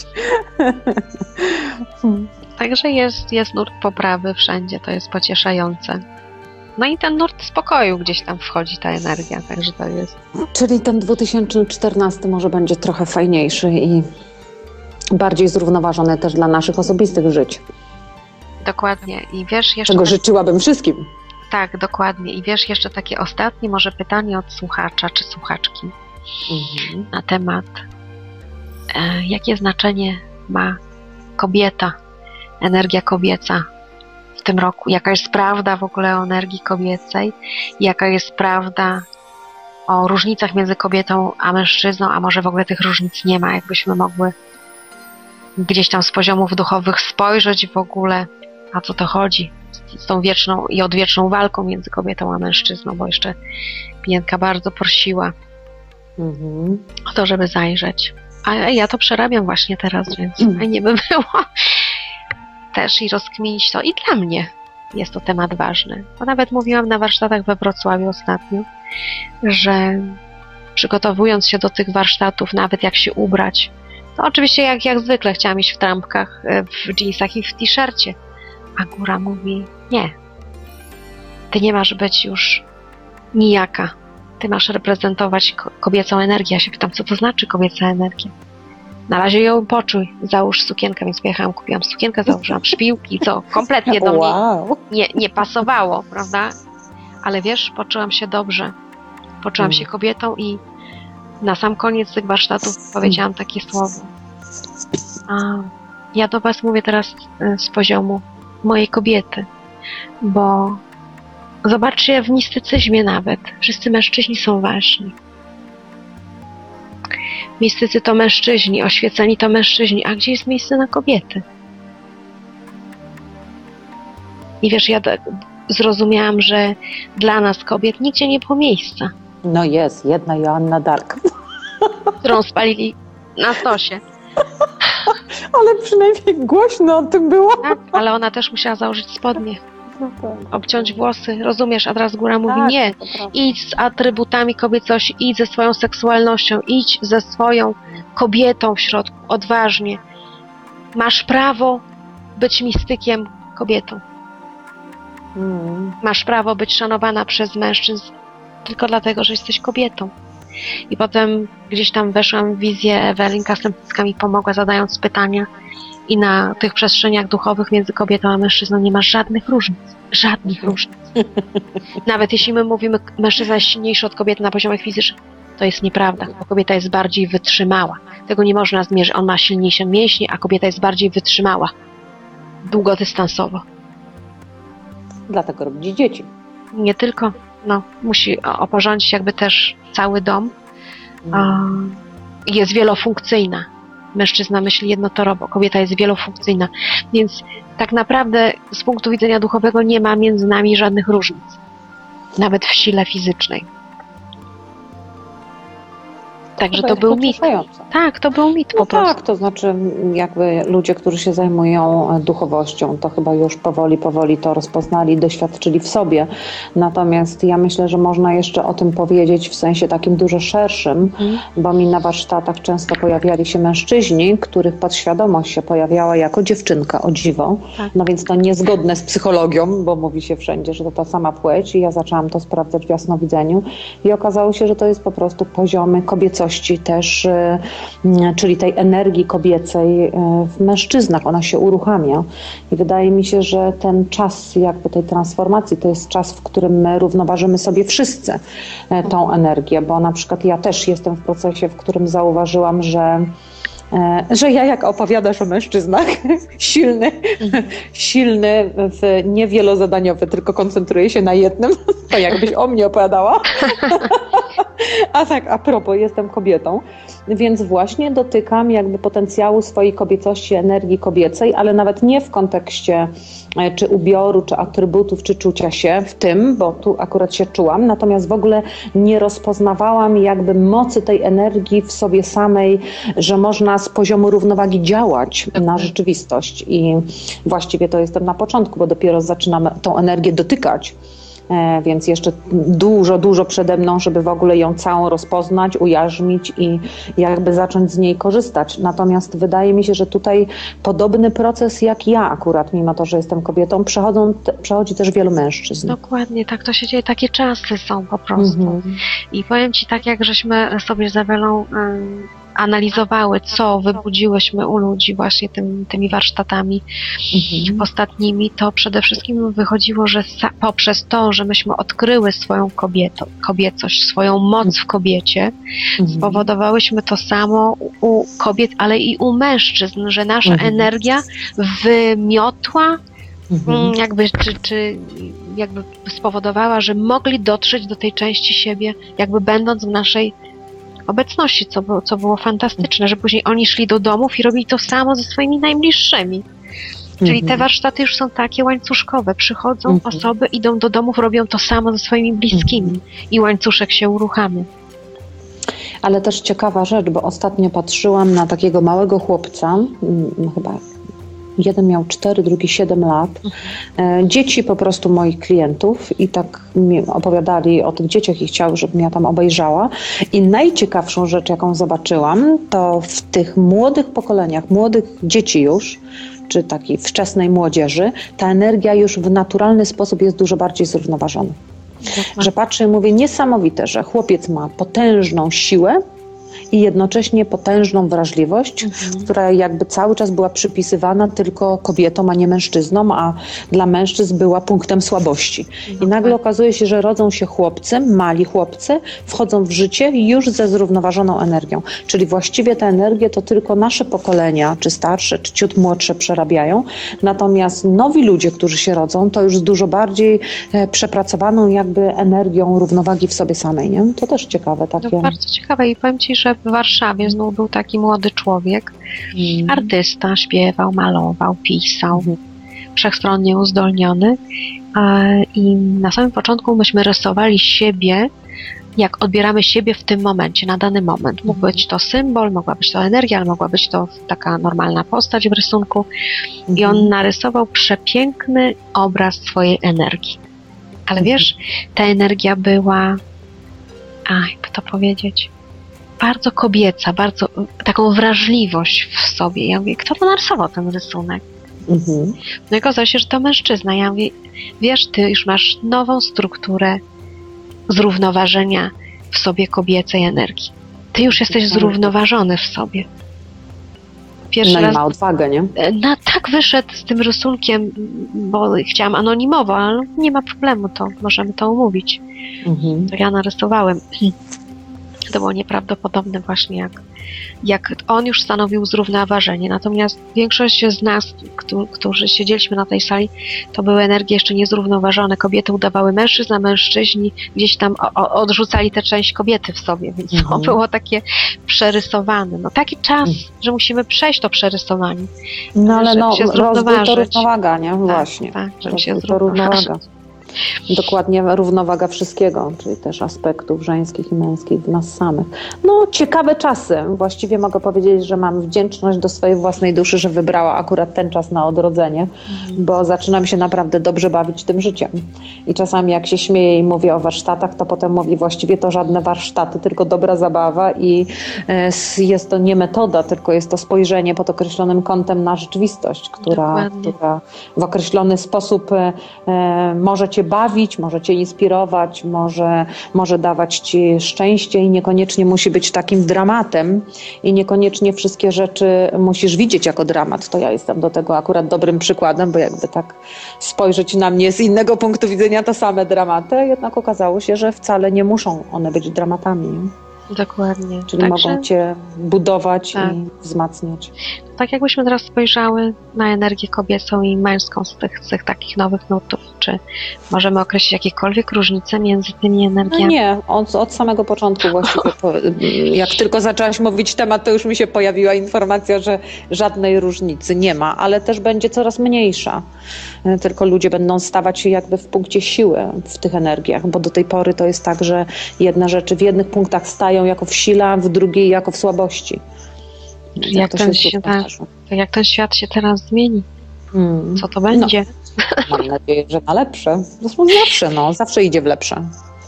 Także jest, jest nurt poprawy wszędzie, to jest pocieszające. No i ten nurt spokoju gdzieś tam wchodzi ta energia, także to jest. Czyli ten dwa tysiące czternasty może będzie trochę fajniejszy i bardziej zrównoważony też dla naszych osobistych żyć. Dokładnie. I wiesz jeszcze. Czego życzyłabym wszystkim. Tak, dokładnie. I wiesz jeszcze takie ostatnie może pytanie od słuchacza czy słuchaczki na temat e, jakie znaczenie ma kobieta, energia kobieca w tym roku. Jaka jest prawda w ogóle o energii kobiecej? Jaka jest prawda o różnicach między kobietą a mężczyzną, a może w ogóle tych różnic nie ma, jakbyśmy mogły gdzieś tam z poziomów duchowych spojrzeć w ogóle, a co to chodzi z, z tą wieczną i odwieczną walką między kobietą a mężczyzną, bo jeszcze Pienka bardzo prosiła Mhm. o to, żeby zajrzeć. A ja to przerabiam właśnie teraz, więc Mhm. fajnie by było też i rozkminić to. I dla mnie jest to temat ważny. Bo nawet mówiłam na warsztatach we Wrocławiu ostatnio, że przygotowując się do tych warsztatów, nawet jak się ubrać, to oczywiście jak, jak zwykle chciałam iść w trampkach, w dżinsach i w t-shircie. A góra mówi nie. ty nie masz być już nijaka. Ty masz reprezentować ko- kobiecą energię. Ja się pytam, co to znaczy kobieca energia? Na razie ją poczuj, załóż sukienkę, więc pojechałam, kupiłam sukienkę, założyłam szpilki, co kompletnie do mnie Wow. nie, nie pasowało, prawda? Ale wiesz, poczułam się dobrze. Poczułam Mm. się kobietą i na sam koniec tych warsztatów powiedziałam takie słowo. A ja do was mówię teraz y, z poziomu mojej kobiety, bo zobaczcie, w mistycyzmie nawet wszyscy mężczyźni są ważni. Mistycy to mężczyźni, oświeceni to mężczyźni, a gdzie jest miejsce na kobiety? I wiesz, ja do, zrozumiałam, że dla nas kobiet nigdzie nie było miejsca, No jest, jedna Joanna Dark. którą spalili na stosie. Ale przynajmniej głośno o tym było. Tak? Ale ona też musiała założyć spodnie, No tak. obciąć włosy, rozumiesz? A teraz góra mówi Tak, nie. to prawda. Idź z atrybutami kobiecości, idź ze swoją seksualnością, idź ze swoją kobietą w środku, odważnie. Masz prawo być mistykiem kobietą. Mm. Masz prawo być szanowana przez mężczyzn tylko dlatego, że jesteś kobietą. I potem gdzieś tam weszłam w wizję, Ewelinka Stępnicka mi pomogła, zadając pytania, i na tych przestrzeniach duchowych między kobietą a mężczyzną nie ma żadnych różnic. Żadnych różnic. Nawet jeśli my mówimy, mężczyzna jest silniejszy od kobiety na poziomach fizycznych, to jest nieprawda, bo kobieta jest bardziej wytrzymała. Tego nie można zmierzyć. On ma silniejsze mięśnie, a kobieta jest bardziej wytrzymała. Długodystansowo. Dlatego rodzi dzieci. Nie tylko, no, musi o- oporządzić jakby też cały dom. A, jest wielofunkcyjna. Mężczyzna myśli jednotorowo, kobieta jest wielofunkcyjna. Więc tak naprawdę z punktu widzenia duchowego nie ma między nami żadnych różnic. Nawet w sile fizycznej. Także to jest był mit. pocieszające. Tak, to był mit No po prostu. tak, to znaczy jakby ludzie, którzy się zajmują e, duchowością, to chyba już powoli, powoli to rozpoznali, doświadczyli w sobie. Natomiast ja myślę, że można jeszcze o tym powiedzieć w sensie takim dużo szerszym, Mhm. bo mi na warsztatach często pojawiali się mężczyźni, których podświadomość się pojawiała jako dziewczynka, o dziwo. Tak. No więc to niezgodne z psychologią, bo mówi się wszędzie, że to ta sama płeć, i ja zaczęłam to sprawdzać w jasnowidzeniu i okazało się, że to jest po prostu poziomy kobiecości też, y, y, czyli tej energii kobiecej y, w mężczyznach, ona się uruchamia. I wydaje mi się, że ten czas jakby tej transformacji to jest czas, w którym my równoważymy sobie wszyscy y, tą energię, bo na przykład ja też jestem w procesie, w którym zauważyłam, że E, że ja jak opowiadasz o mężczyznach, silny, silny, w, nie wielozadaniowy, tylko koncentruję się na jednym, to jakbyś o mnie opowiadała. A tak, a propos, jestem kobietą, więc właśnie dotykam jakby potencjału swojej kobiecości, energii kobiecej, ale nawet nie w kontekście e, czy ubioru, czy atrybutów, czy czucia się w tym, bo tu akurat się czułam, natomiast w ogóle nie rozpoznawałam jakby mocy tej energii w sobie samej, że można z poziomu równowagi działać na rzeczywistość. I właściwie to jestem na początku, bo dopiero zaczynam tą energię dotykać. E, więc jeszcze dużo, dużo przede mną, żeby w ogóle ją całą rozpoznać, ujarzmić i jakby zacząć z niej korzystać. Natomiast wydaje mi się, że tutaj podobny proces jak ja akurat, mimo to, że jestem kobietą, przechodzą, te, przechodzi też wielu mężczyzn. Dokładnie, tak to się dzieje. Takie czasy są po prostu. Mhm. I powiem Ci, tak jak żeśmy sobie z Ewelą ym, analizowały, co wybudziłyśmy u ludzi właśnie tym, tymi warsztatami Mhm. ostatnimi, to przede wszystkim wychodziło, że sa- poprzez to, że myśmy odkryły swoją kobietą, kobiecość, swoją moc w kobiecie, Mhm. spowodowałyśmy to samo u, u kobiet, ale i u mężczyzn, że nasza Mhm. energia wymiotła, Mhm. mm, jakby, czy, czy jakby spowodowała, że mogli dotrzeć do tej części siebie, jakby będąc w naszej obecności, co było, co było fantastyczne, że później oni szli do domów i robili to samo ze swoimi najbliższymi. Czyli te Mhm. warsztaty już są takie łańcuszkowe. Przychodzą Mhm. osoby, idą do domów, robią to samo ze swoimi bliskimi Mhm. i łańcuszek się uruchamia. Ale też ciekawa rzecz, bo ostatnio patrzyłam na takiego małego chłopca, mm, chyba jeden miał cztery, drugi siedem lat. E, Dzieci po prostu moich klientów i tak mi opowiadali o tych dzieciach i chciały, żebym ja tam obejrzała. I najciekawszą rzecz, jaką zobaczyłam, to w tych młodych pokoleniach, młodych dzieci już, czy takiej wczesnej młodzieży, ta energia już w naturalny sposób jest dużo bardziej zrównoważona. Że patrzę i mówię, niesamowite, że chłopiec ma potężną siłę i jednocześnie potężną wrażliwość, mhm. która jakby cały czas była przypisywana tylko kobietom, a nie mężczyznom, a dla mężczyzn była punktem słabości. Mhm. I nagle okazuje się, że rodzą się chłopcy, mali chłopcy, wchodzą w życie już ze zrównoważoną energią. Czyli właściwie tę energię to tylko nasze pokolenia, czy starsze, czy ciut młodsze przerabiają. Natomiast nowi ludzie, którzy się rodzą, to już z dużo bardziej e, przepracowaną jakby energią równowagi w sobie samej. Nie? To też ciekawe. Takie. To bardzo ciekawe i powiem Ci, że w Warszawie znów był taki młody człowiek, mm. artysta, śpiewał, malował, pisał, mm. wszechstronnie uzdolniony i na samym początku myśmy rysowali siebie, jak odbieramy siebie w tym momencie, na dany moment. Mógł być to symbol, mogła być to energia, ale mogła być to taka normalna postać w rysunku i on narysował przepiękny obraz swojej energii. Ale wiesz, ta energia była, a jakby to powiedzieć, bardzo kobieca, bardzo taką wrażliwość w sobie. Ja mówię, kto to narysował ten rysunek? Mhm. No i okazało się, że to mężczyzna. Ja mówię, wiesz, ty już masz nową strukturę zrównoważenia w sobie kobiecej energii. Ty już jesteś zrównoważony w sobie. Pierwszy no raz ma odwagę, nie? No tak wyszedł z tym rysunkiem, bo chciałam anonimowo, ale nie ma problemu, to możemy to omówić. Mhm. To ja narysowałem. To było nieprawdopodobne właśnie, jak, jak on już stanowił zrównoważenie. Natomiast większość z nas, którzy siedzieliśmy na tej sali, to były energie jeszcze niezrównoważone. Kobiety udawały mężczyzn, a mężczyźni gdzieś tam o, odrzucali tę część kobiety w sobie, więc to mhm. było takie przerysowane. No taki czas, mhm. że musimy przejść to przerysowanie. No ale no, rozwój to równowaga, nie? Właśnie. Tak, tak żeby się zrównoważyć. Dokładnie równowaga wszystkiego, czyli też aspektów żeńskich i męskich w nas samych. No ciekawe czasy. Właściwie mogę powiedzieć, że mam wdzięczność do swojej własnej duszy, że wybrała akurat ten czas na odrodzenie, mhm. bo zaczynam się naprawdę dobrze bawić tym życiem. I czasami jak się śmieję i mówię o warsztatach, to potem mówię, właściwie to żadne warsztaty, tylko dobra zabawa i jest to nie metoda, tylko jest to spojrzenie pod określonym kątem na rzeczywistość, która, która w określony sposób e, może Cię bawić, może Cię inspirować, może, może dawać Ci szczęście i niekoniecznie musi być takim dramatem i niekoniecznie wszystkie rzeczy musisz widzieć jako dramat. To ja jestem do tego akurat dobrym przykładem, bo jakby tak spojrzeć na mnie z innego punktu widzenia, to same dramaty, jednak okazało się, że wcale nie muszą one być dramatami. Nie? Dokładnie. Czyli Także... mogą Cię budować tak. i wzmacniać. Tak jakbyśmy teraz spojrzały na energię kobiecą i męską z tych, z tych takich nowych nurtów, czy możemy określić jakiekolwiek różnice między tymi energiami? No nie, od, od samego początku właściwie, po, jak tylko zaczęłaś mówić temat, to już mi się pojawiła informacja, że żadnej różnicy nie ma, ale też będzie coraz mniejsza. Tylko ludzie będą stawać się jakby w punkcie siły w tych energiach, bo do tej pory to jest tak, że jedne rzeczy w jednych punktach stają jako w sile, a w drugiej jako w słabości. Jak, jak, ten świat, jak ten świat się teraz zmieni? Hmm. Co to będzie? No, mam nadzieję, że na lepsze. Zresztą zawsze, no, zawsze idzie w lepsze.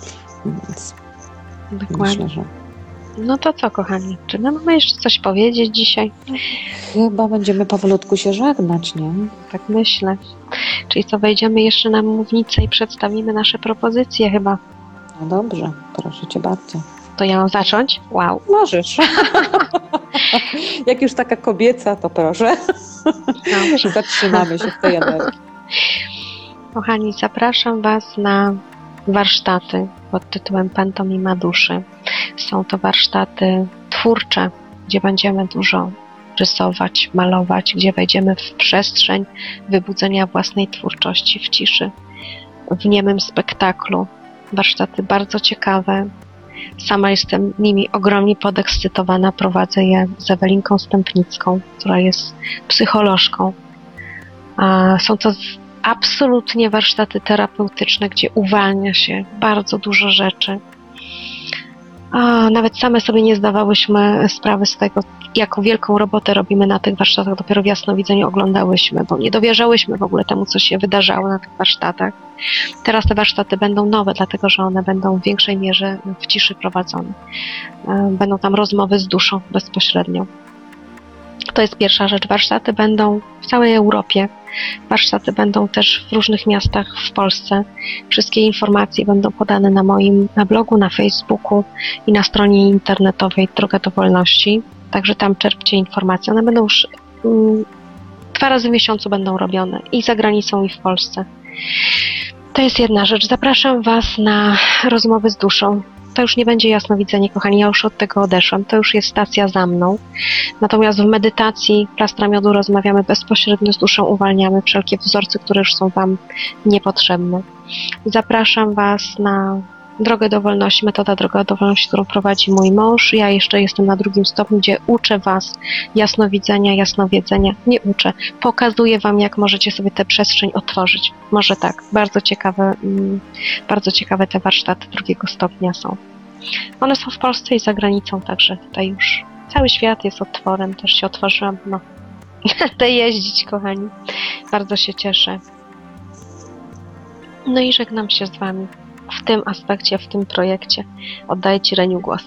Więc dokładnie. Myślę, że... No to co, kochani? Czy my mamy jeszcze coś powiedzieć dzisiaj? Chyba będziemy powolutku się żegnać, nie? Tak myślę. Czyli co, wejdziemy jeszcze na mównicę i przedstawimy nasze propozycje chyba. No dobrze, proszę Cię bardzo. To ja mam zacząć? Wow. Możesz. Jak już taka kobieca, to proszę. Dobrze. Zatrzymamy się w tej energii. Kochani, zapraszam Was na warsztaty pod tytułem Pantomima Duszy. Są to warsztaty twórcze, gdzie będziemy dużo rysować, malować, gdzie wejdziemy w przestrzeń wybudzenia własnej twórczości w ciszy, w niemym spektaklu. Warsztaty bardzo ciekawe. Sama jestem nimi ogromnie podekscytowana. Prowadzę je z Ewelinką Stępnicką, która jest psycholożką. Są to absolutnie warsztaty terapeutyczne, gdzie uwalnia się bardzo dużo rzeczy. A nawet same sobie nie zdawałyśmy sprawy z tego, jaką wielką robotę robimy na tych warsztatach. Dopiero w jasnowidzeniu oglądałyśmy, bo nie dowierzałyśmy w ogóle temu, co się wydarzało na tych warsztatach. Teraz te warsztaty będą nowe, dlatego że one będą w większej mierze w ciszy prowadzone. Będą tam rozmowy z duszą bezpośrednio. To jest pierwsza rzecz. Warsztaty będą w całej Europie. Warsztaty będą też w różnych miastach w Polsce. Wszystkie informacje będą podane na moim na blogu, na Facebooku i na stronie internetowej Droga do Wolności. Także tam czerpcie informacje. One będą już mm, dwa razy w miesiącu będą robione i za granicą, i w Polsce. To jest jedna rzecz. Zapraszam Was na rozmowy z duszą. To już nie będzie jasnowidzenie, kochani, ja już od tego odeszłam. To już jest stacja za mną. Natomiast w medytacji plastra miodu rozmawiamy bezpośrednio z duszą, uwalniamy wszelkie wzorce, które już są Wam niepotrzebne. Zapraszam Was na Drogę do Wolności, metoda Droga do Wolności, którą prowadzi mój mąż. Ja jeszcze jestem na drugim stopniu, gdzie uczę Was jasnowidzenia, jasnowiedzenia. Nie uczę. Pokazuję Wam, jak możecie sobie tę przestrzeń otworzyć. Może tak. Bardzo ciekawe, bardzo ciekawe te warsztaty drugiego stopnia są. One są w Polsce i za granicą, także tutaj już cały świat jest otworem. Też się otworzyłam. No, będę jeździć, kochani. Bardzo się cieszę. No i żegnam się z Wami. W tym aspekcie, w tym projekcie. Oddaję Ci, Reniu, głos.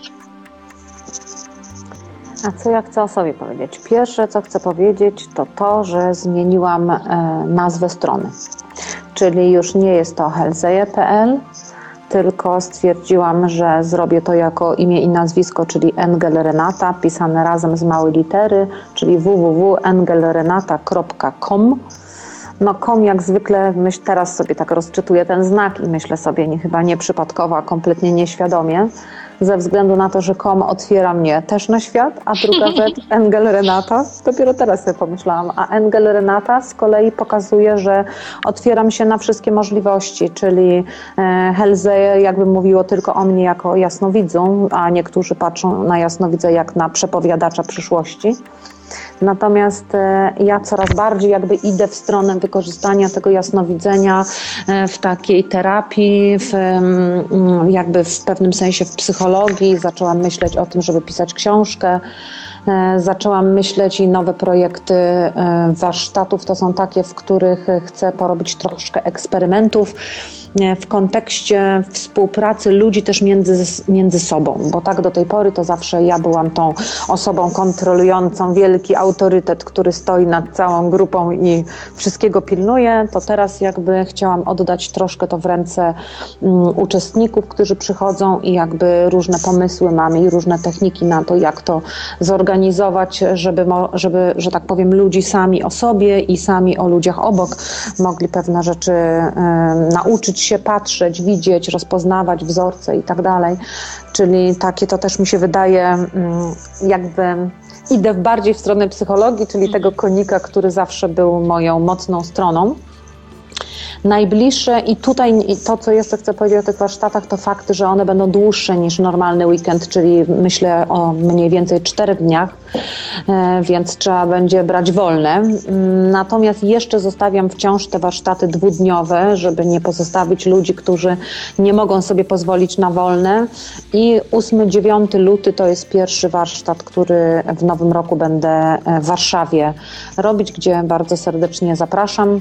A co ja chcę o sobie powiedzieć? Pierwsze, co chcę powiedzieć, to to, że zmieniłam e, nazwę strony. Czyli już nie jest to helzeje kropka p l, tylko stwierdziłam, że zrobię to jako imię i nazwisko, czyli Engel Renata, pisane razem z małej litery, czyli w w w kropka engelrenata kropka com. No kom jak zwykle, myśl, teraz sobie tak rozczytuję ten znak i myślę sobie, nie, chyba nie przypadkowo, a kompletnie nieświadomie, ze względu na to, że kom otwiera mnie też na świat, a druga rzecz, Engel Renata, dopiero teraz sobie pomyślałam, a Engel Renata z kolei pokazuje, że otwieram się na wszystkie możliwości, czyli e, Helzeje jakby mówiło tylko o mnie jako jasnowidzu, a niektórzy patrzą na jasnowidza jak na przepowiadacza przyszłości. Natomiast e, ja coraz bardziej jakby idę w stronę wykorzystania tego jasnowidzenia e, w takiej terapii, w, m, jakby w pewnym sensie w psychologii. Zaczęłam myśleć o tym, żeby pisać książkę. E, zaczęłam myśleć i nowe projekty e, warsztatów to są takie, w których chcę porobić troszkę eksperymentów w kontekście współpracy ludzi też między, między sobą, bo tak do tej pory to zawsze ja byłam tą osobą kontrolującą wielki autorytet, który stoi nad całą grupą i wszystkiego pilnuje, to teraz jakby chciałam oddać troszkę to w ręce um, uczestników, którzy przychodzą i jakby różne pomysły mamy i różne techniki na to, jak to zorganizować, żeby, żeby że tak powiem, ludzi sami o sobie i sami o ludziach obok mogli pewne rzeczy um, nauczyć się patrzeć, widzieć, rozpoznawać wzorce i tak dalej. Czyli takie to też mi się wydaje, jakby idę bardziej w stronę psychologii, czyli tego konika, który zawsze był moją mocną stroną. Najbliższe i tutaj to, co jeszcze chcę powiedzieć o tych warsztatach, to fakt, że one będą dłuższe niż normalny weekend, czyli myślę o mniej więcej czterech dniach, więc trzeba będzie brać wolne. Natomiast jeszcze zostawiam wciąż te warsztaty dwudniowe, żeby nie pozostawić ludzi, którzy nie mogą sobie pozwolić na wolne. I ósmy dziewiąty luty to jest pierwszy warsztat, który w nowym roku będę w Warszawie robić, gdzie bardzo serdecznie zapraszam.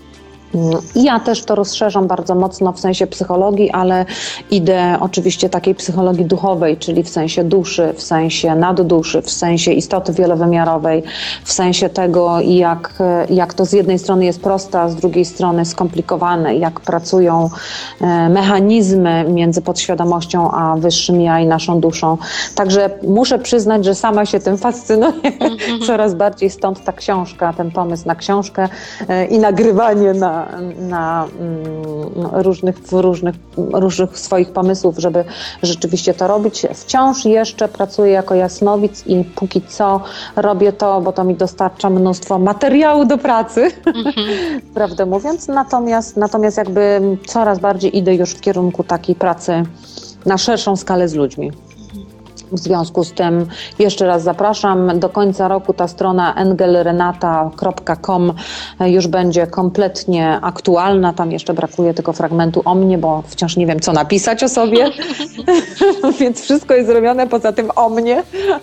I ja też to rozszerzam bardzo mocno w sensie psychologii, ale idę oczywiście takiej psychologii duchowej, czyli w sensie duszy, w sensie nadduszy, w sensie istoty wielowymiarowej, w sensie tego, jak, jak to z jednej strony jest proste, a z drugiej strony skomplikowane, jak pracują mechanizmy między podświadomością a wyższym ja i naszą duszą. Także muszę przyznać, że sama się tym fascynuję mm-hmm. coraz bardziej, stąd ta książka, ten pomysł na książkę i nagrywanie na na różnych, różnych, różnych swoich pomysłów, żeby rzeczywiście to robić. Wciąż jeszcze pracuję jako jasnowic i póki co robię to, bo to mi dostarcza mnóstwo materiału do pracy, mm-hmm. prawdę mówiąc. Natomiast, natomiast jakby coraz bardziej idę już w kierunku takiej pracy na szerszą skalę z ludźmi. W związku z tym jeszcze raz zapraszam. Do końca roku ta strona engelrenata kropka com już będzie kompletnie aktualna. Tam jeszcze brakuje tylko fragmentu o mnie, bo wciąż nie wiem, co napisać o sobie. Więc wszystko jest zrobione poza tym o mnie.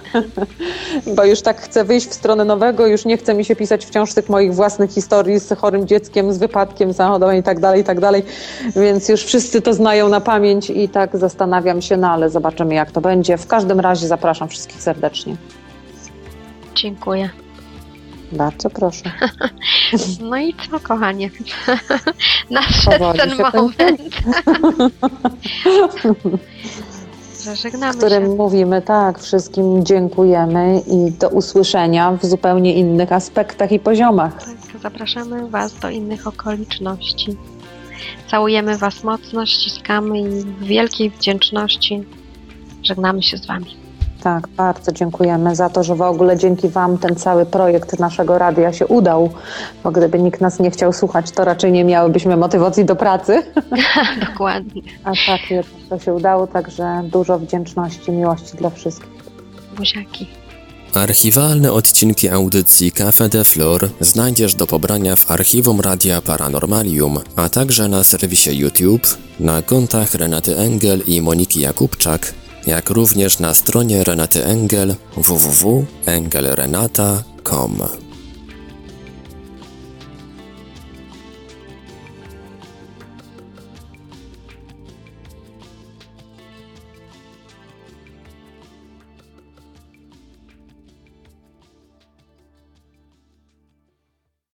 Bo już tak chcę wyjść w stronę nowego. Już nie chce mi się pisać wciąż tych moich własnych historii z chorym dzieckiem, z wypadkiem samochodowym i tak dalej, i tak dalej. Więc już wszyscy to znają na pamięć i tak zastanawiam się, no ale zobaczymy, jak to będzie. W każdym W każdym razie zapraszam wszystkich serdecznie. Dziękuję. Bardzo proszę. No i co, kochanie? Nadszedł Powoli ten się moment, że żegnamy W którym się. mówimy tak, wszystkim dziękujemy i do usłyszenia w zupełnie innych aspektach i poziomach. Tak, zapraszamy Was do innych okoliczności. Całujemy Was mocno, ściskamy i w wielkiej wdzięczności żegnamy się z Wami. Tak, bardzo dziękujemy za to, że w ogóle dzięki Wam ten cały projekt naszego radia się udał, bo gdyby nikt nas nie chciał słuchać, to raczej nie miałybyśmy motywacji do pracy. Dokładnie. A tak jednak to się udało, także dużo wdzięczności, miłości dla wszystkich. Buziaki. Archiwalne odcinki audycji Café de Flor znajdziesz do pobrania w archiwum Radia Paranormalium, a także na serwisie YouTube, na kontach Renaty Engel i Moniki Jakubczak, jak również na stronie Renaty Engel w w w kropka engelrenata kropka com.